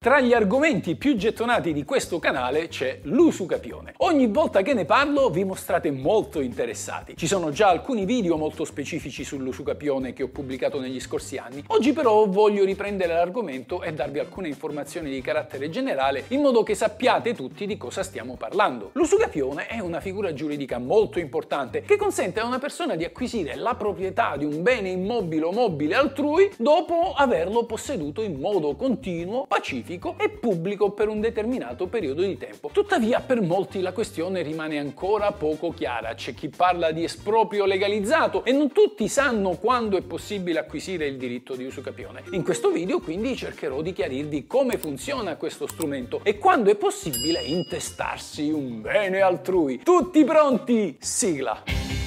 Tra gli argomenti più gettonati di questo canale c'è l'usucapione. Ogni volta che ne parlo vi mostrate molto interessati. Ci sono già alcuni video molto specifici sull'usucapione che ho pubblicato negli scorsi anni. Oggi però voglio riprendere l'argomento e darvi alcune informazioni di carattere generale in modo che sappiate tutti di cosa stiamo parlando. L'usucapione è una figura giuridica molto importante che consente a una persona di acquisire la proprietà di un bene immobile o mobile altrui dopo averlo posseduto in modo continuo, pacifico e pubblico per un determinato periodo di tempo. Tuttavia per molti la questione rimane ancora poco chiara. C'è chi parla di esproprio legalizzato e non tutti sanno quando è possibile acquisire il diritto di usucapione. In questo video quindi cercherò di chiarirvi come funziona questo strumento e quando è possibile intestarsi un bene altrui. Tutti pronti? Sigla!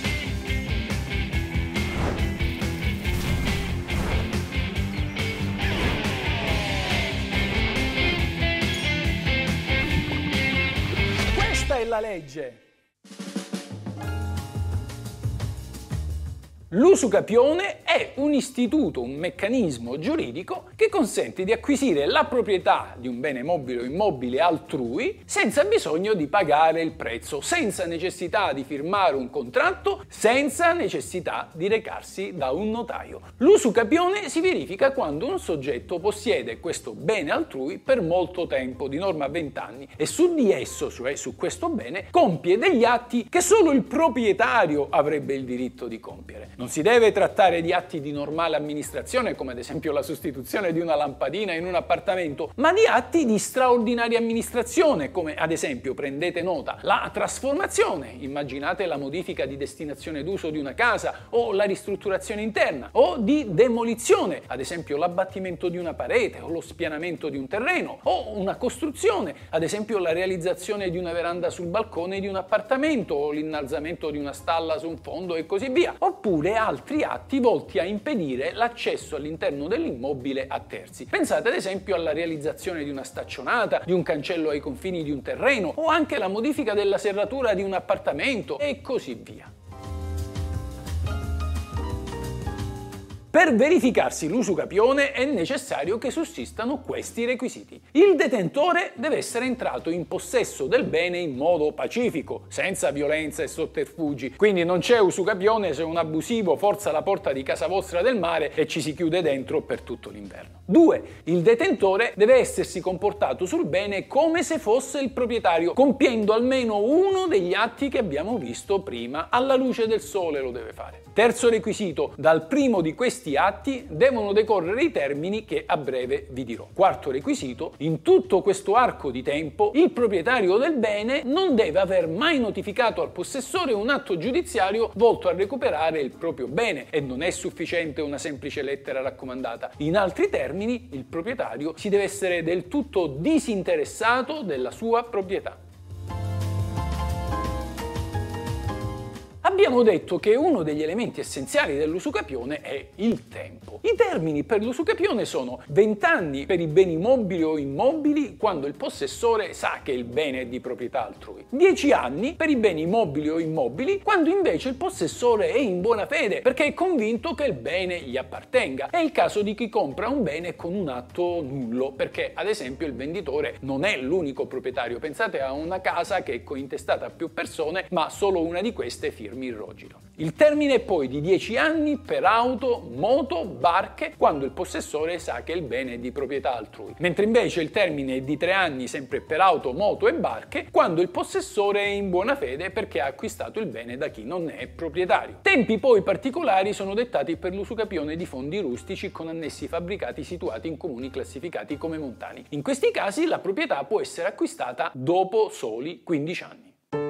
È la legge. L'usucapione è un istituto, un meccanismo giuridico che consente di acquisire la proprietà di un bene mobile o immobile altrui senza bisogno di pagare il prezzo, senza necessità di firmare un contratto, senza necessità di recarsi da un notaio. L'usucapione si verifica quando un soggetto possiede questo bene altrui per molto tempo, di norma 20 anni, e su di esso, cioè su questo bene, compie degli atti che solo il proprietario avrebbe il diritto di compiere. Non si deve trattare di atti di normale amministrazione, come ad esempio la sostituzione di una lampadina in un appartamento, ma di atti di straordinaria amministrazione, come ad esempio, prendete nota, la trasformazione, immaginate la modifica di destinazione d'uso di una casa o la ristrutturazione interna, o di demolizione, ad esempio l'abbattimento di una parete o lo spianamento di un terreno, o una costruzione, ad esempio la realizzazione di una veranda sul balcone di un appartamento o l'innalzamento di una stalla su un fondo e così via, oppure altri atti volti a impedire l'accesso all'interno dell'immobile a terzi. Pensate ad esempio alla realizzazione di una staccionata, di un cancello ai confini di un terreno o anche la modifica della serratura di un appartamento e così via. Per verificarsi l'usucapione è necessario che sussistano questi requisiti. Il detentore deve essere entrato in possesso del bene in modo pacifico, senza violenza e sotterfugi. Quindi non c'è usucapione se un abusivo forza la porta di casa vostra del mare e ci si chiude dentro per tutto l'inverno. 2. Il detentore deve essersi comportato sul bene come se fosse il proprietario, compiendo almeno uno degli atti che abbiamo visto prima. Alla luce del sole lo deve fare. Terzo requisito, dal primo di questi atti devono decorrere i termini che a breve vi dirò. Quarto requisito, in tutto questo arco di tempo il proprietario del bene non deve aver mai notificato al possessore un atto giudiziario volto a recuperare il proprio bene e non è sufficiente una semplice lettera raccomandata. In altri termini, il proprietario si deve essere del tutto disinteressato della sua proprietà. Abbiamo detto che uno degli elementi essenziali dell'usucapione è il tempo. I termini per l'usucapione sono 20 anni per i beni mobili o immobili quando il possessore sa che il bene è di proprietà altrui, 10 anni per i beni mobili o immobili quando invece il possessore è in buona fede perché è convinto che il bene gli appartenga. È il caso di chi compra un bene con un atto nullo perché ad esempio il venditore non è l'unico proprietario. Pensate a una casa che è cointestata a più persone ma solo una di queste firmi il rogito. Il termine è poi di 10 anni per auto, moto, barche quando il possessore sa che il bene è di proprietà altrui, mentre invece il termine è di 3 anni sempre per auto, moto e barche quando il possessore è in buona fede perché ha acquistato il bene da chi non ne è proprietario. Tempi poi particolari sono dettati per l'usucapione di fondi rustici con annessi fabbricati situati in comuni classificati come montani. In questi casi la proprietà può essere acquistata dopo soli 15 anni.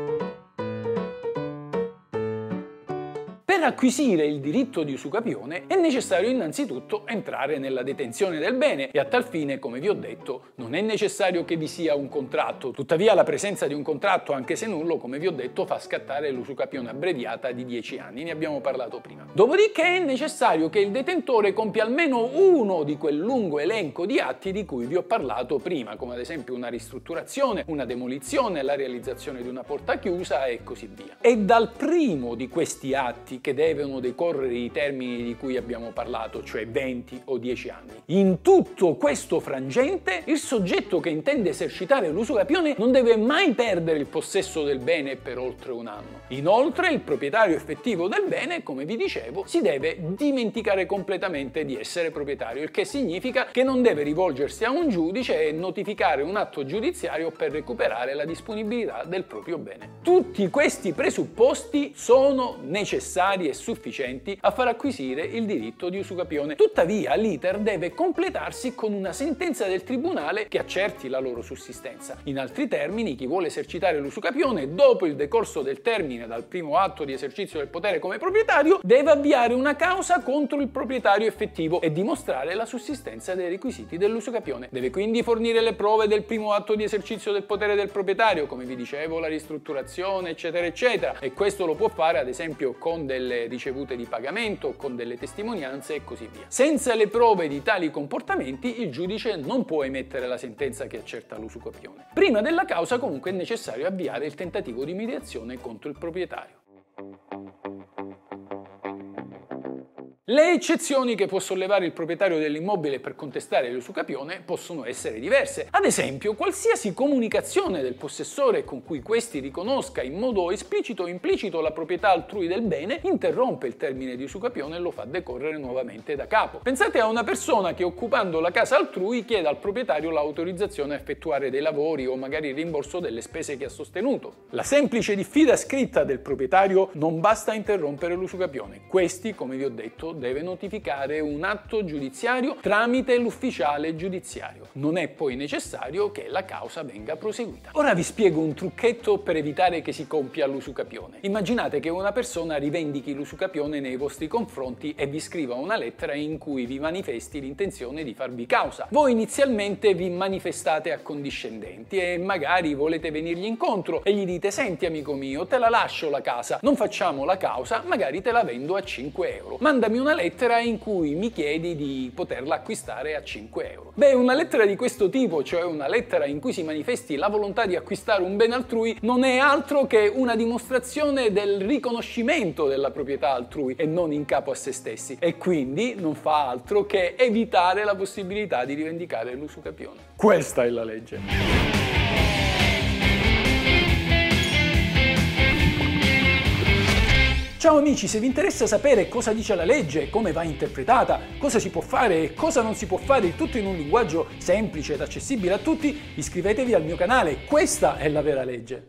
Per acquisire il diritto di usucapione è necessario innanzitutto entrare nella detenzione del bene e a tal fine, come vi ho detto, non è necessario che vi sia un contratto. Tuttavia la presenza di un contratto, anche se nullo, come vi ho detto, fa scattare l'usucapione abbreviata di 10 anni, ne abbiamo parlato prima. Dopodiché è necessario che il detentore compia almeno uno di quel lungo elenco di atti di cui vi ho parlato prima, come ad esempio una ristrutturazione, una demolizione, la realizzazione di una porta chiusa e così via. È dal primo di questi atti che che devono decorrere i termini di cui abbiamo parlato, cioè 20 o 10 anni. In tutto questo frangente, il soggetto che intende esercitare l'usucapione non deve mai perdere il possesso del bene per oltre un anno. Inoltre, il proprietario effettivo del bene, come vi dicevo, si deve dimenticare completamente di essere proprietario, il che significa che non deve rivolgersi a un giudice e notificare un atto giudiziario per recuperare la disponibilità del proprio bene. Tutti questi presupposti sono necessari e sufficienti a far acquisire il diritto di usucapione. Tuttavia, l'iter deve completarsi con una sentenza del tribunale che accerti la loro sussistenza. In altri termini, chi vuole esercitare l'usucapione dopo il decorso del termine dal primo atto di esercizio del potere come proprietario deve avviare una causa contro il proprietario effettivo e dimostrare la sussistenza dei requisiti dell'usucapione. Deve quindi fornire le prove del primo atto di esercizio del potere del proprietario, come vi dicevo, la ristrutturazione, eccetera, eccetera, e questo lo può fare ad esempio con delle ricevute di pagamento, con delle testimonianze e così via. Senza le prove di tali comportamenti, il giudice non può emettere la sentenza che accerta l'usucapione. Prima della causa, comunque, è necessario avviare il tentativo di mediazione contro il proprietario. Le eccezioni che può sollevare il proprietario dell'immobile per contestare l'usucapione possono essere diverse. Ad esempio, qualsiasi comunicazione del possessore con cui questi riconosca in modo esplicito o implicito la proprietà altrui del bene interrompe il termine di usucapione e lo fa decorrere nuovamente da capo. Pensate a una persona che, occupando la casa altrui, chiede al proprietario l'autorizzazione a effettuare dei lavori o magari il rimborso delle spese che ha sostenuto. La semplice diffida scritta del proprietario non basta a interrompere l'usucapione. Questi, come vi ho detto, deve notificare un atto giudiziario tramite l'ufficiale giudiziario. Non è poi necessario che la causa venga proseguita. Ora vi spiego un trucchetto per evitare che si compia l'usucapione. Immaginate che una persona rivendichi l'usucapione nei vostri confronti e vi scriva una lettera in cui vi manifesti l'intenzione di farvi causa. Voi inizialmente vi manifestate accondiscendenti e magari volete venirgli incontro e gli dite: senti amico mio, te la lascio la casa, non facciamo la causa, magari te la vendo a 5 euro. Mandami una lettera in cui mi chiedi di poterla acquistare a 5 euro. Beh, una lettera di questo tipo, cioè una lettera in cui si manifesti la volontà di acquistare un bene altrui, non è altro che una dimostrazione del riconoscimento della proprietà altrui e non in capo a se stessi, e quindi non fa altro che evitare la possibilità di rivendicare l'usucapione. Questa è la legge. Ciao amici, se vi interessa sapere cosa dice la legge, come va interpretata, cosa si può fare e cosa non si può fare, il tutto in un linguaggio semplice ed accessibile a tutti, iscrivetevi al mio canale, questa è la vera legge.